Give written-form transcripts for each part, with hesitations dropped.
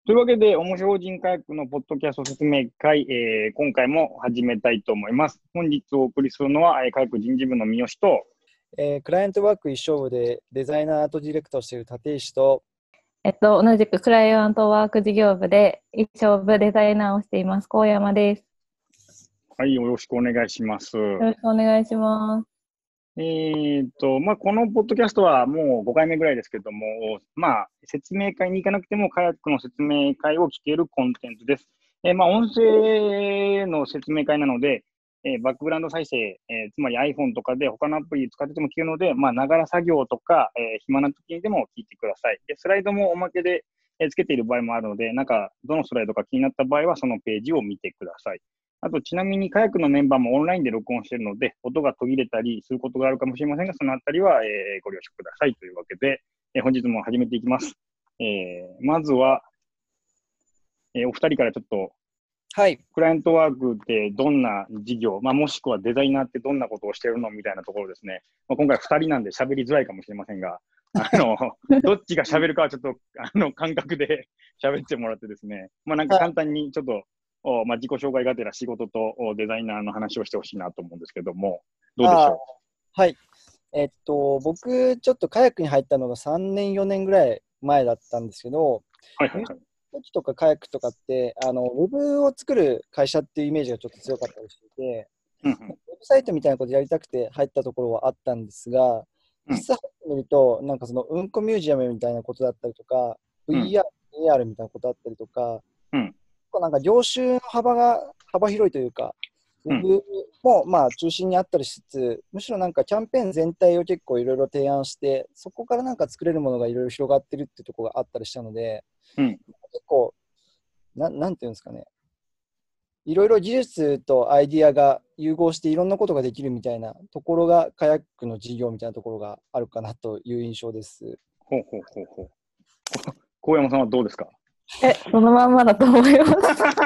というわけで、面白法人カヤックのポッドキャスト説明会、今回も始めたいと思います。本日お送りするのは、カヤック人事部の三好と、 クライアントワーク一勝負でデザイナーアートディレクターをしている立石と、 同じくクライアントワーク事業部で一勝負デザイナーをしています高山です。 はい、よろしくお願いします。 よろしくお願いします。 このポッドキャストはもう5回目ぐらいですけども、説明会に行かなくてもカヤックの説明会を聞けるコンテンツです。音声の説明会なので、バックグラウンド再生、つまり iPhone とかで他のアプリ使ってても聞けるので、ながら作業とか、暇な時にでも聞いてください。で、スライドもおまけで、つけている場合もあるので、どのスライドか気になった場合はそのページを見てください。あと、ちなみに、カヤックのメンバーもオンラインで録音しているので、音が途切れたりすることがあるかもしれませんが、そのあたりは、ご了承くださいというわけで、本日も始めていきます。まずは、お二人からちょっと、 はい。 クライアントワークってどんな事業、もしくはデザイナーってどんなことをしているのみたいなところですね。今回二人なんで喋りづらいかもしれませんが、どっちが喋るかはちょっと、感覚で喋ってもらってですね、簡単にちょっと、自己紹介がてら仕事とデザイナーの話をしてほしいなと思うんですけども、どうでしょう。 はい。僕、ちょっとカヤックに入ったのが3年、4年ぐらい前だったんですけど、時とかカヤックとかって、ウェブを作る会社っていうイメージがちょっと強かったりしてて、ウェブサイトみたいなことやりたくて入ったところはあったんですが、実際入ってみると、そのうんこミュージアムみたいなことだったりとか、VR、AR みたいなことだったりとか、業種の幅広いというか、ウェブも中心にあったりしつつ、むしろキャンペーン全体を結構いろいろ提案して、そこから作れるものがいろいろ広がってるっていうところがあったりしたので、結構なんていうんですかね、いろいろ技術とアイディアが融合していろんなことができるみたいなところがカヤックの事業みたいなところがあるかなという印象です。 高山さんはどうですか？ そのまんまだと思います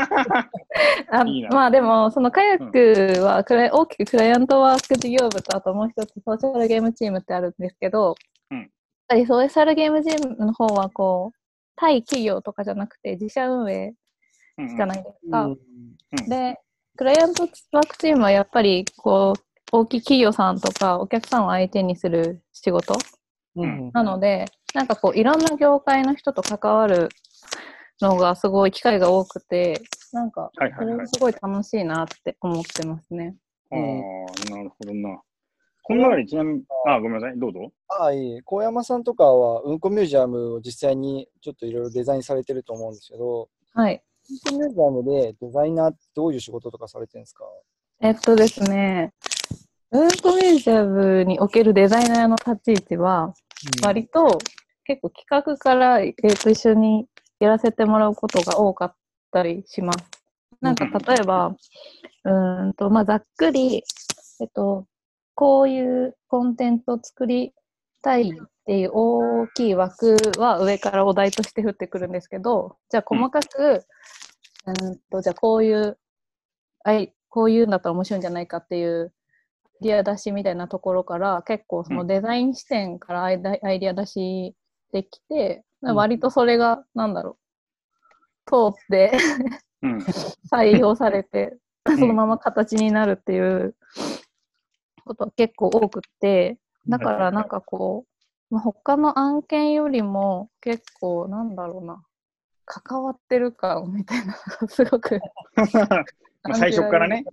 でもそのカヤックは大きくクライアントワーク事業部とあともう一つソーシャルゲームチームってあるんですけど、やっぱりソーシャルゲームチームの方は対企業とかじゃなくて自社運営じゃないですか。で、クライアントワークチームはやっぱり大きい企業さんとかお客さんを相手にする仕事、なのでいろんな業界の人と関わるのがすごい機会が多くて、それすごい楽しいなって思ってますね。 なるほどな。この中でちなみに、ごめんなさい、どうぞ。 いい。高山さんとかは、うんこミュージアムを実際にちょっといろいろデザインされてると思うんですけど、 はい。 うんこミュージアムでデザイナーってどういう仕事とかされてるんですか？ ですね、うんこミュージアムにおけるデザイナーの立ち位置は、割と結構企画から、一緒にやらせてもらうことが多かったりします。例えば、ざっくり、こういうコンテンツを作りたいっていう大きい枠は上からお題として降ってくるんですけど、じゃあ細かく、じゃあこういうのだったら面白いんじゃないかっていうアイディア出しみたいなところから結構そのデザイン視点からアイディア出しできて、割とそれが通って採用されてそのまま形になるっていうことは結構多くて、だから他の案件よりも結構関わってる感みたいなのがすごく最初からね。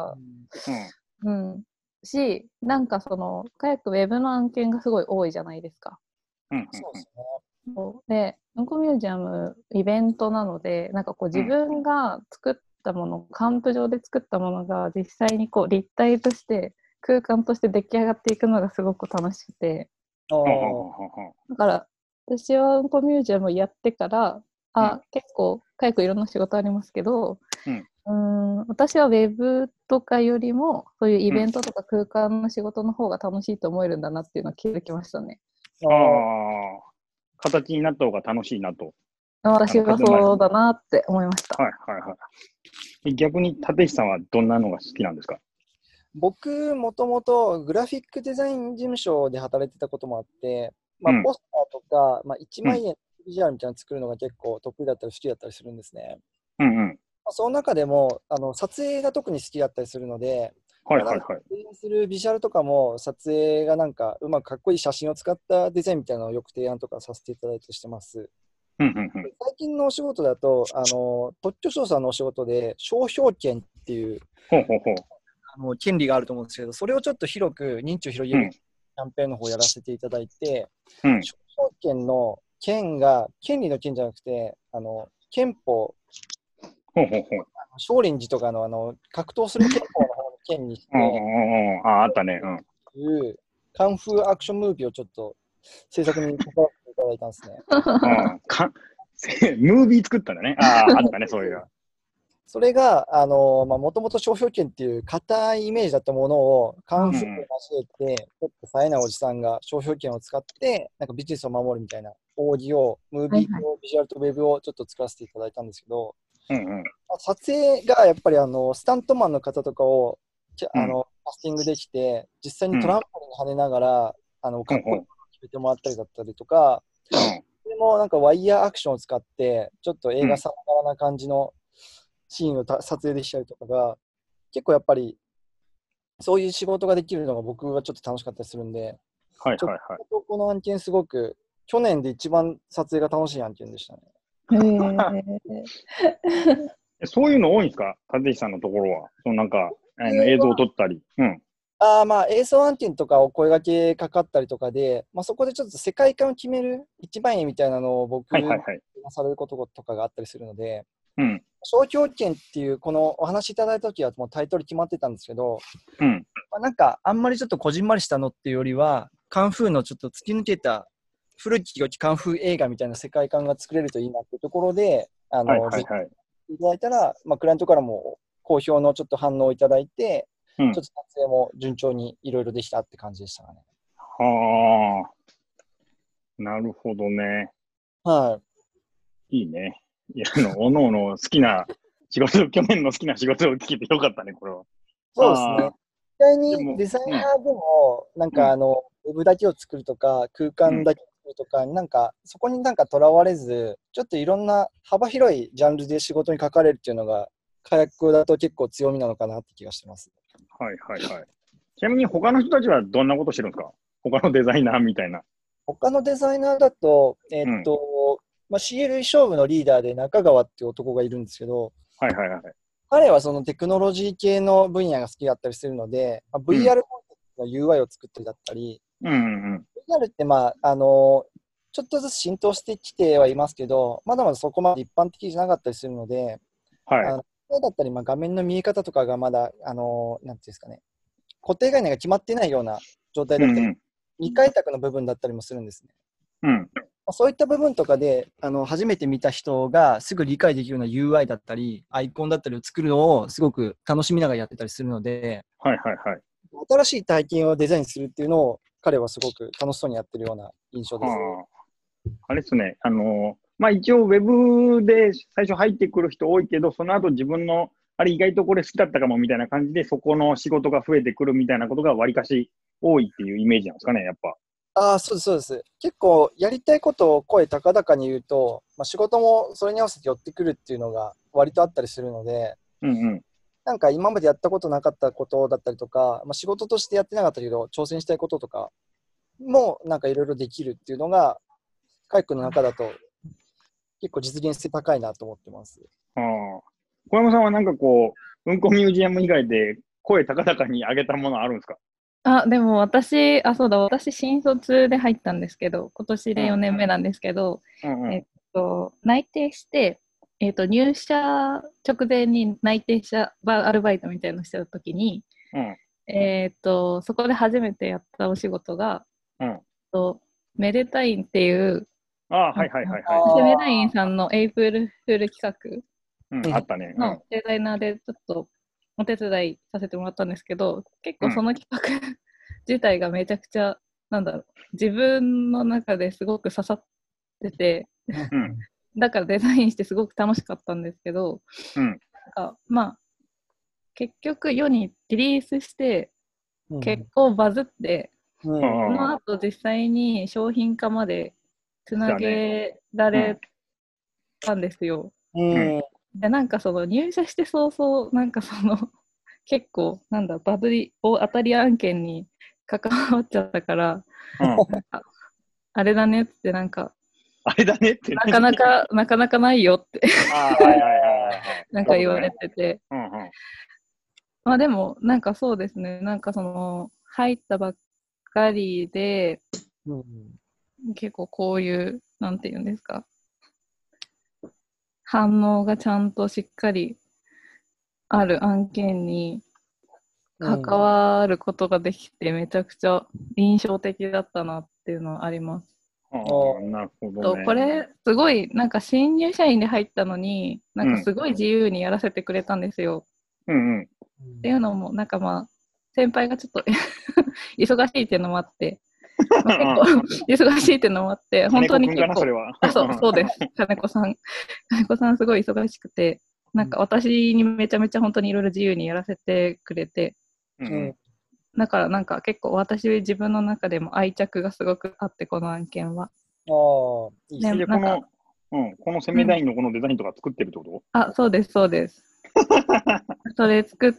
し、カヤックウェブの案件がすごい多いじゃないですか。 そうですね。 で、うんこミュージアムイベントなので、自分が作ったもの、カンプ上で作ったものが実際に立体として空間として出来上がっていくのがすごく楽しくて、だから私はうんこミュージアムをやってから結構カヤックいろんな仕事ありますけど、私はウェブとかよりもそういうイベントとか空間の仕事の方が楽しいと思えるんだなっていうのは気づきましたね。 形になった方が楽しいなと。 私はそうだなって思いました。 逆に立石さんはどんなのが好きなんですか？ 僕、もともとグラフィックデザイン事務所で働いてたこともあって、ポスターとか、1枚絵ビジュアルみたいなの作るのが結構得意だったり好きだったりするんですね。 うんうん。 その中でも撮影が特に好きだったりするので、なんかはいはいはい。 提案するビジュアルとかも撮影がなんかうまくかっこいい写真を使ったデザインみたいなのをよく提案とかさせていただいてしてます。 うんうんうん。 最近のお仕事だと、特許調査のお仕事で商標権っていうほうほうほう。 権利があると思うんですけど、それをちょっと広く認知を広げるキャンペーンの方をやらせていただいて、 うん。 商標権の権が権利の権じゃなくて、憲法、 ほうほうほう。 少林寺とかの格闘する憲法の方の権にしうんうんて、 うんうん。あ、あったね。うん。 いうカンフーアクションムービーをちょっと制作に関わっていただいたんですね。 うんムービー作ったんだね。ああ、あったね、そういう。 それが、もともと商標権っていう硬いイメージだったものを、カンフーで交えて、ちょっと冴えないおじさんが商標権を使って、なんかビジネスを守るみたいな、オーディオ、ムービーとビジュアルとウェブをちょっと作らせていただいたんですけど、 うんうん。 撮影がやっぱりスタントマンの方とかをキャスティングできて、実際にトランポリンに跳ねながら、かっこいいものを決めてもらったりだったりとか、それもなんかワイヤーアクションを使って、ちょっと映画さながらな感じのシーンを撮影できたりとかが、結構やっぱり、そういう仕事ができるのが僕はちょっと楽しかったりするんで、 はいはいはい。 この案件すごく、去年で一番撮影が楽しい案件でしたね。 そういうの多いんですか、立石さんのところは。そのなんか、映像を撮ったり。うん。 映像案件とかお声掛けかかったりとかで、そこでちょっと世界観を決める一番絵みたいなのを僕がされることとかがあったりするので、 うん、 商標権っていうこのお話しいただいたときはもうタイトル決まってたんですけど、 うん、 なんかあんまりちょっとこじんまりしたのっていうよりは、カンフーのちょっと突き抜けた古き良きカンフー映画みたいな世界観が作れるといいなっていうところで、ぜひいただいたら、クライアントからも好評のちょっと反応をいただいて、ちょっと撮影も順調にいろいろできたって感じでしたかね。 はあ、なるほどね。 はい。 いいね。いや、おのおの好きな仕事、去年の好きな仕事を聞けてよかったね、これは。 そうですね。実際にデザイナーでも、なんかウェブだけを作るとか、空間だけを作るとか、なんかそこになんかとらわれず、ちょっといろんな幅広いジャンルで仕事にかかれるっていうのが、カヤックだと結構強みなのかなって気がしてます。 はいはいはい。ちなみに他の人たちはどんなことしてるんですか？他のデザイナーみたいな。 他のデザイナーだと、CL 勝負のリーダーで中川っていう男がいるんですけど、 はいはいはい。 彼はそのテクノロジー系の分野が好きだったりするので、VR コンテンツの UI を作ってだったり、VR ってちょっとずつ浸透してきてはいますけど、まだまだそこまで一般的じゃなかったりするので、だったり画面の見え方とかがまだ、なんていうんですかね、固定概念が決まっていないような状態だったり、未開拓の部分だったりもするんですね。そういった部分とかで初めて見た人がすぐ理解できるような UI だったり、アイコンだったりを作るのをすごく楽しみながらやってたりするので、新しい体験をデザインするっていうのを彼はすごく楽しそうにやってるような印象です。 あれですね、一応ウェブで最初入ってくる人多いけど、その後自分のあれ意外とこれ好きだったかもみたいな感じで、そこの仕事が増えてくるみたいなことがわりかし多いっていうイメージなんですかね、やっぱ。 そうです、そうです。結構やりたいことを声高々に言うと、仕事もそれに合わせて寄ってくるっていうのが割とあったりするので、なんか今までやったことなかったことだったりとか、仕事としてやってなかったけど挑戦したいこととかもなんかいろいろできるっていうのがカイ君の中だと結構実現性高いなと思ってます。 小山さんはなんかこう、うんこミュージアム以外で声高々に上げたものあるんですか？ でも私、私新卒で入ったんですけど、今年で4年目なんですけど、内定して、入社直前に内定者アルバイトみたいなのしてたときに、そこで初めてやったお仕事が、メデタインっていう、メデタインさんのエイプリルフール企画あったね。 のデザイナーでちょっとお手伝いさせてもらったんですけど、結構その企画自体がめちゃくちゃ、自分の中ですごく刺さってて、だからデザインしてすごく楽しかったんですけど、結局世にリリースして結構バズって、その後実際に商品化までつなげられたんですよ。で、なんかその入社して早々、なんかその結構、なんだ、バズり、当たり案件に関わっちゃったから、なんかあれだねってなんか、 あれだねってなかなかないよってなんか言われてて。まあでも、なんかそうですね、なんかその、入ったばっかりで、結構こういう、なんていうんですか、反応がちゃんとしっかりある案件に関わることができて、めちゃくちゃ印象的だったなっていうのはあります。 なるほどね。 これ、すごい、なんか新入社員で入ったのに、なんかすごい自由にやらせてくれたんですよ。っていうのも、なんかまあ、先輩がちょっと忙しいっていうのもあって、まあ、結構忙しいっていうのもあって、本当に結構、そうです、金子さんすごい忙しくて、なんか私にめちゃめちゃ本当にいろいろ自由にやらせてくれて、だからなんか結構私自分の中でも愛着がすごくあって、この案件は。 このセメダインのこのデザインとか作ってるってこと？ あ、そうです、そうです。それ作って、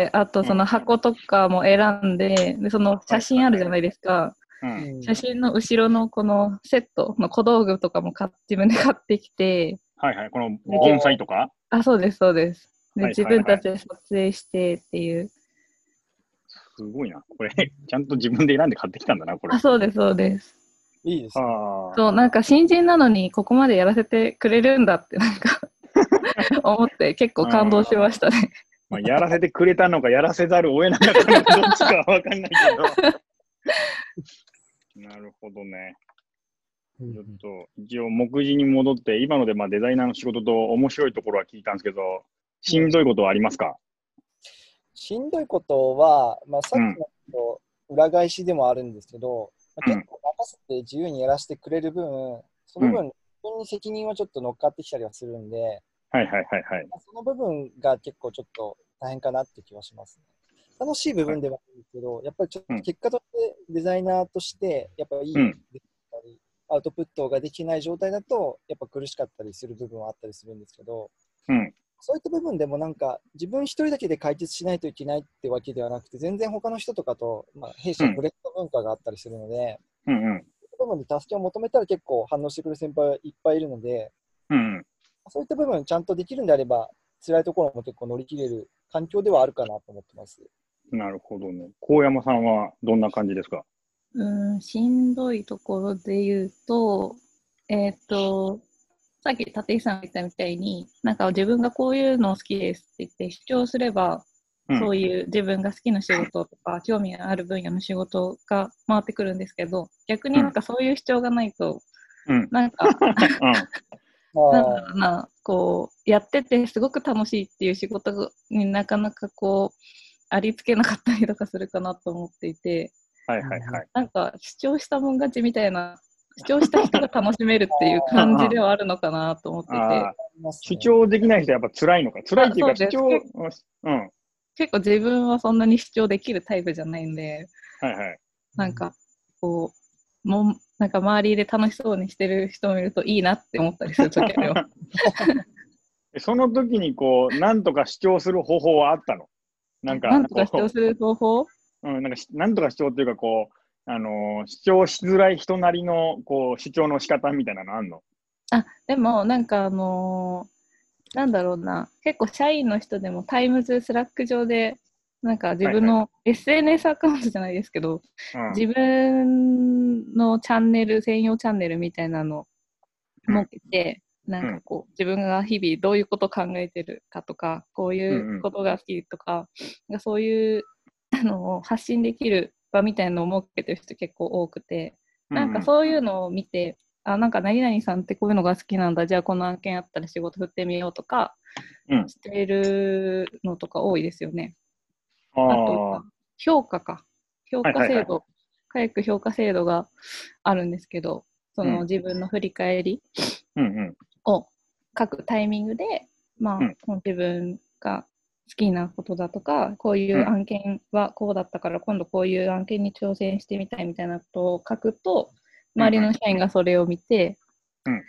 あとその箱とかも選んで、その写真あるじゃないですか。写真の後ろのこのセットの小道具とかも自分で買ってきて。 この盆栽とか？ あ、そうです、そうです。で、自分たちで撮影してっていう。 すごいな。これ、ちゃんと自分で選んで買ってきたんだな、これ。 あ、そうです、そうです。 いいですね。 そう、なんか新人なのにここまでやらせてくれるんだってなんか思って結構感動しましたね。 まあ、やらせてくれたのか、やらせざるを得なかったのか、どっちかは分かんないけど。なるほどね。ちょっと、一応、目次に戻って、今のでまあデザイナーの仕事と面白いところは聞いたんですけど、しんどいことはありますか？ しんどいことは、まあ、さっきのと裏返しでもあるんですけど、結構任せて自由にやらせてくれる分、その分、自分に責任はちょっと乗っかってきたりはするんで、その部分が結構ちょっと大変かなって気はしますね。楽しい部分ではあるんですけど、やっぱりちょっと結果としてデザイナーとして、やっぱいいアウトプットができない状態だと、やっぱ苦しかったりする部分はあったりするんですけど、そういった部分でもなんか自分一人だけで解決しないといけないってわけではなくて、全然他の人とかと、まあ、弊社ブレッド文化があったりするので、そういう部分に助けを求めたら結構反応してくる先輩はいっぱいいるので、そういった部分ちゃんとできるんであれば、辛いところも結構乗り切れる環境ではあるかなと思ってます。 なるほどね。高山さんはどんな感じですか？ しんどいところで言うと、さっき立石さんが言ったみたいに、なんか自分がこういうの好きですって言って主張すれば、そういう自分が好きな仕事とか、興味がある分野の仕事が回ってくるんですけど、逆になんかそういう主張がないと、なんか、なんだろうな、こう、やっててすごく楽しいっていう仕事になかなかこう、ありつけなかったりとかするかなと思っていて、なんか主張したもん勝ちみたいな、主張した人が楽しめるっていう感じではあるのかなと思ってて。 主張できない人はやっぱ辛いのか。辛いっていうか主張、 結構自分はそんなに主張できるタイプじゃないんで、なんかこう、なんか周りで楽しそうにしてる人を見るといいなって思ったりするときあるよ。 その時にこう、なんとか主張する方法はあったの？ なんとか主張する方法？ なんとか主張っていうか、こう、主張しづらい人なりの、こう、主張の仕方みたいなのあんの？ でも、なんかなんだろうな、結構社員の人でもタイムズスラック上で、なんか自分の SNS アカウントじゃないですけど、自分のチャンネル、専用チャンネルみたいなのを設けて、なんかこう、自分が日々どういうことを考えてるかとか、こういうことが好きとか、そういうのを発信できる場みたいなのを設けてる人結構多くて、なんかそういうのを見て、なんか何々さんってこういうのが好きなんだ、じゃあこの案件あったら仕事振ってみようとか、しているのとか多いですよね。あと、評価制度、カヤック評価制度があるんですけど、その自分の振り返りを書くタイミングで、まあ、自分が好きなことだとか、こういう案件はこうだったから、今度こういう案件に挑戦してみたいみたいなことを書くと、周りの社員がそれを見て、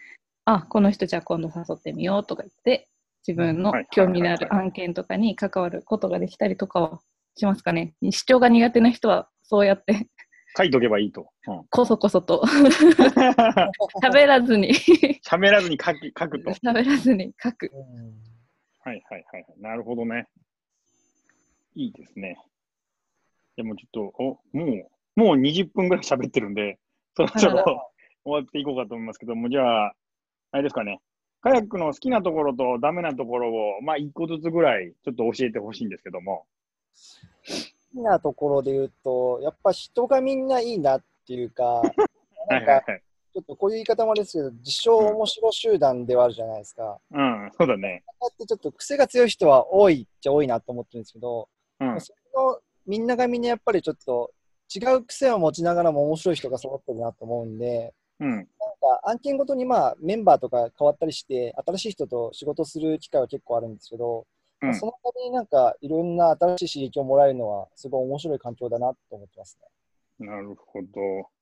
この人じゃあ今度誘ってみようとか言って、自分の興味のある案件とかに関わることができたりとかはしますかね。主張が苦手な人はそうやって書いとけばいいと。 こそこそと喋らずに喋らずに書くと。 喋らずに書く。 はいはいはい。なるほどね。いいですね。でもちょっと、もう20分ぐらい喋ってるんで、そろそろ終わっていこうかと思いますけども、じゃあ、あれですかね。カヤックの好きなところとダメなところを、まあ、一個ずつぐらいちょっと教えてほしいんですけども。 好きなところで言うと、やっぱ人がみんないいなっていうか、なんか、ちょっとこういう言い方もあれですけど、自称面白集団ではあるじゃないですか。 うん、そうだね。 こうやってちょっと癖が強い人は多いっちゃ多いなと思ってるんですけど、 うん、 そのみんながみんなやっぱりちょっと違う癖を持ちながらも面白い人が揃ってるなと思うんで、 うん、 なんか案件ごとにまあメンバーとか変わったりして、新しい人と仕事する機会は結構あるんですけど、 うん、 そのためになんかいろんな新しい刺激をもらえるのはすごい面白い環境だなと思ってますね。 なるほど。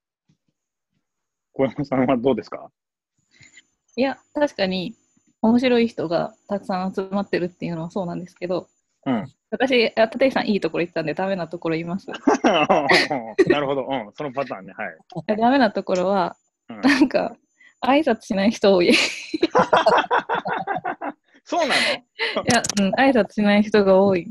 小山さんはどうですか？ いや、確かに面白い人がたくさん集まってるっていうのはそうなんですけど、 うん。 私、立石さんいいところ言ったんでダメなところ言います。 なるほど、そのパターンね、はい。 ダメなところは、なんか挨拶しない人多い。 そうなの？いや、挨拶しない人が多い。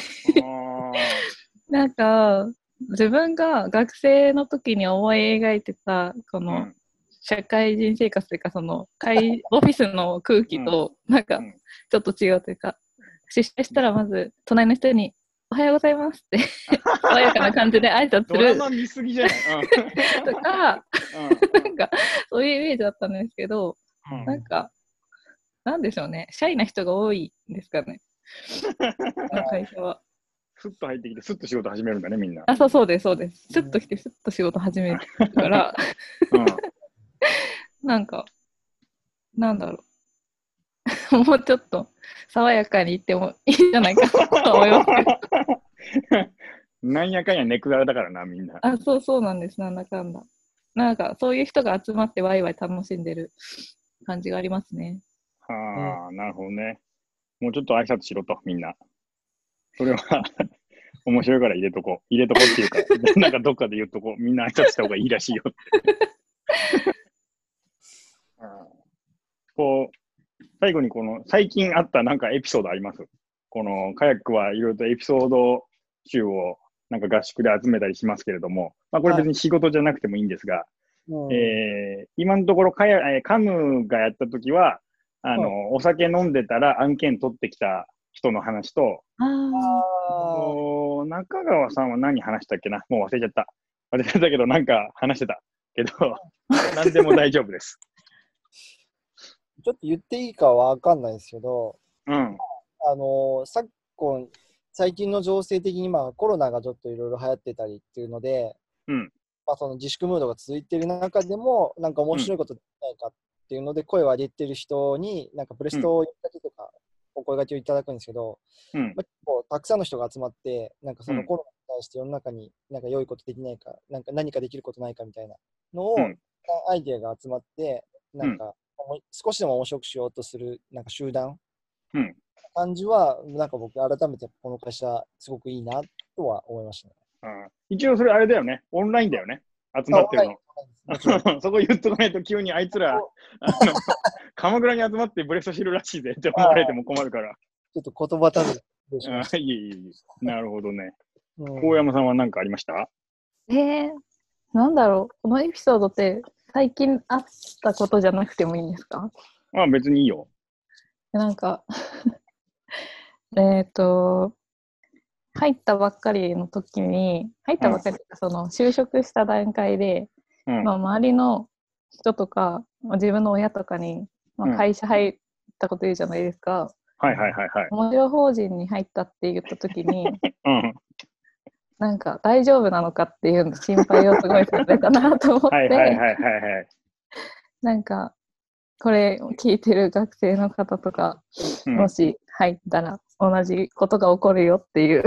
なんか自分が学生の時に思い描いてたこの社会人生活というか、そのオフィスの空気となんかちょっと違うというか、出社したらまず隣の人におはようございますって爽やかな感じで挨拶するドラマ見すぎじゃないとか、なんかそういうイメージだったんですけど、なんかなんでしょうね、シャイな人が多いんですかね、この会社は。 スッと入ってきて、スッと仕事始めるんだね、みんな。 そうです、そうです。スッと来て、スッと仕事始めるから、なんか、なんだろう。もうちょっと爽やかに言ってもいいんじゃないかと思いますけど。 なんやかんやネクラだからな、みんな。 そうなんです、なんだかんだ。なんか、そういう人が集まってワイワイ楽しんでる感じがありますね。 はあ、なるほどね。もうちょっと挨拶しろと、みんな。それは面白いから入れとこうっていうか、なんかどっかで言っとこう。みんな挨拶した方がいいらしいよってこう、最後にこの、最近あったなんかエピソードあります？このカヤックはいろいろとエピソード集をなんか合宿で集めたりしますけれども、まあこれ別に仕事じゃなくてもいいんですが、今のところカムがやったときは、お酒飲んでたら案件取ってきた人の話と、中川さんは何話したっけな、もう忘れちゃった。忘れちゃったけど、なんか話してたけど、何でも大丈夫です。 ちょっと言っていいかはわかんないですけど、昨今、最近の情勢的にコロナがちょっといろいろ流行ってたりっていうので、その自粛ムードが続いている中でも、なんか面白いことできないかっていうので、声を上げてる人に、なんかブレストを言ったりとか、お声掛けをいただくんですけど、結構たくさんの人が集まって、なんかそのコロナに対して世の中になんか良いことできないか、なんか何かできることないかみたいなのを、アイデアが集まって、なんか少しでも面白くしようとするなんか集団、感じは、なんか僕改めてこの会社すごくいいなとは思いましたね。 一応それあれだよね、オンラインだよね、集まってるの。そこ言っとかないと急にあいつら鎌倉に集まってブレストしてるらしいぜって思われても困るから。 ちょっと言葉足る。 いえ。なるほどね。高山さんは何かありました？ なんだろう、このエピソードって最近あったことじゃなくてもいいんですか？ 別にいいよ。 なんか入ったばっかりの時に、その就職した段階で、周りの人とか、自分の親とかに、会社入ったこと言うじゃないですか。面白法人に入ったって言った時に、なんか大丈夫なのかっていう心配をすごいされたなと思って、なんかこれ聞いてる学生の方とか、もし入ったら同じことが起こるよっていう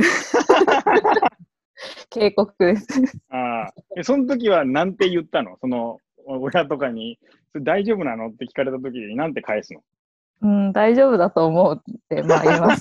警告です。 その時は何て言ったの？その親とかに、それ大丈夫なのって聞かれたときに、なんて返すの？ うん、大丈夫だと思うって、まあ言います。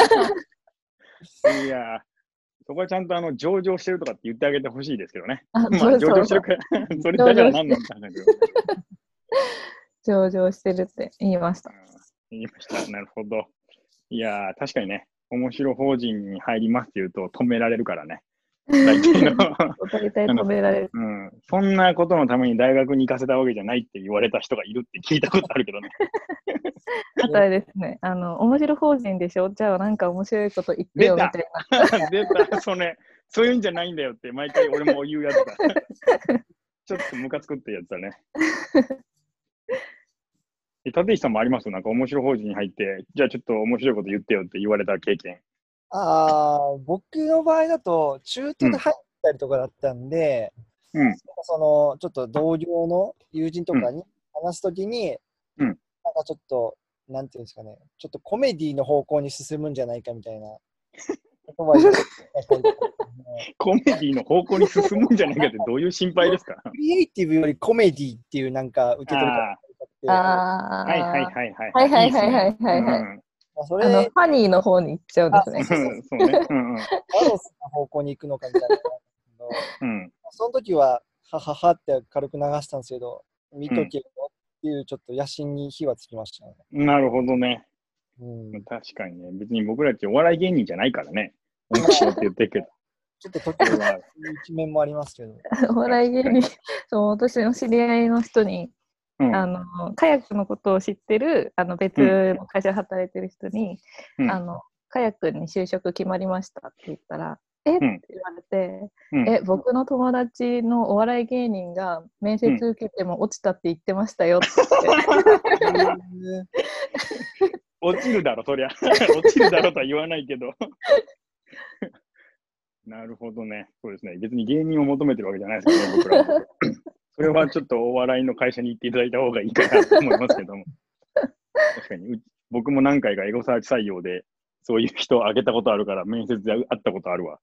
いやー、そこはちゃんと上場してるとかって言ってあげてほしいですけどね。 あ、 まあ、上場してるから、それだから何なんだけど。 上場してるって言いました。 言いました。なるほど。いやー、確かにね、面白法人に入りますって言うと止められるからね。大体の大体止められる。 そんなことのために大学に行かせたわけじゃないって言われた人がいるって聞いたことあるけどね。 あとあれですね、面白法人でしょ、じゃあなんか面白いこと言ってよみたいな。 出た、そういうんじゃないんだよって毎回俺も言うやつだ。ちょっとムカつくってやつだね。立石さんもあります？なんか面白法人に入って、じゃあちょっと面白いこと言ってよって言われた経験。 僕の場合だと、中途で入ったりとかだったんで、 うん。 ちょっと同僚の友人とかに話すときに、 うん。 なんかちょっと、なんていうんですかね、ちょっとコメディの方向に進むんじゃないかみたいな言葉を言ってコメディの方向に進むんじゃないかってどういう心配ですか？ クリエイティブよりコメディっていうなんか受け取り方があって、 はいはいはいはい。 はいはいはいはいはいはい。 それファニーの方に行っちゃうんですね。 そうね。 ワロスの方向に行くのかみたいな。その時は、はははって軽く流したんですけど、見とけよっていうちょっと野心に火はつきましたね。 なるほどね。確かにね。別に僕らってお笑い芸人じゃないからね。面白いって言ってるけど。 ちょっと時々は一面もありますけど。 お笑い芸人、そう、私の知り合いの人に、カヤックのことを知ってる別の会社で働いてる人に、カヤックに就職決まりましたって言ったら、って言われて、僕の友達のお笑い芸人が面接受けても落ちたって言ってましたよって。 落ちるだろ、そりゃ。落ちるだろとは言わないけど。なるほどね。そうですね。別に芸人を求めてるわけじゃないですけどね、僕らは。それはちょっとお笑いの会社に行っていただいた方がいいかなと思いますけども。確かに、僕も何回かエゴサーチ採用で、そういう人を挙げたことあるから、面接で会ったことあるわ。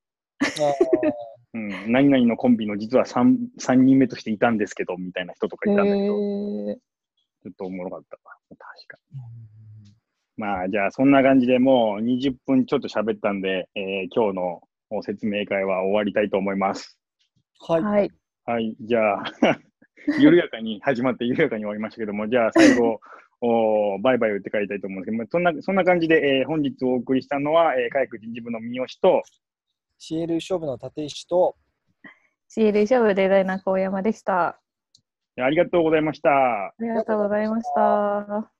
何々のコンビの実は 3人目としていたんですけど、みたいな人とかいたんだけど、ちょっとおもろかったわ。確かに。まあ、じゃあ、そんな感じでもう20分ちょっと喋ったんで、今日の説明会は終わりたいと思います。 はい。 はい。じゃあ、緩やかに始まって緩やかに終わりましたけども、じゃあ最後、バイバイを言って帰りたいと思うんですけど、そんな感じで、本日お送りしたのは、カヤック人事部の三好と、 CL 勝負の立石と、 CL 勝負デザイナー高山でした。 ありがとうございました。 ありがとうございました。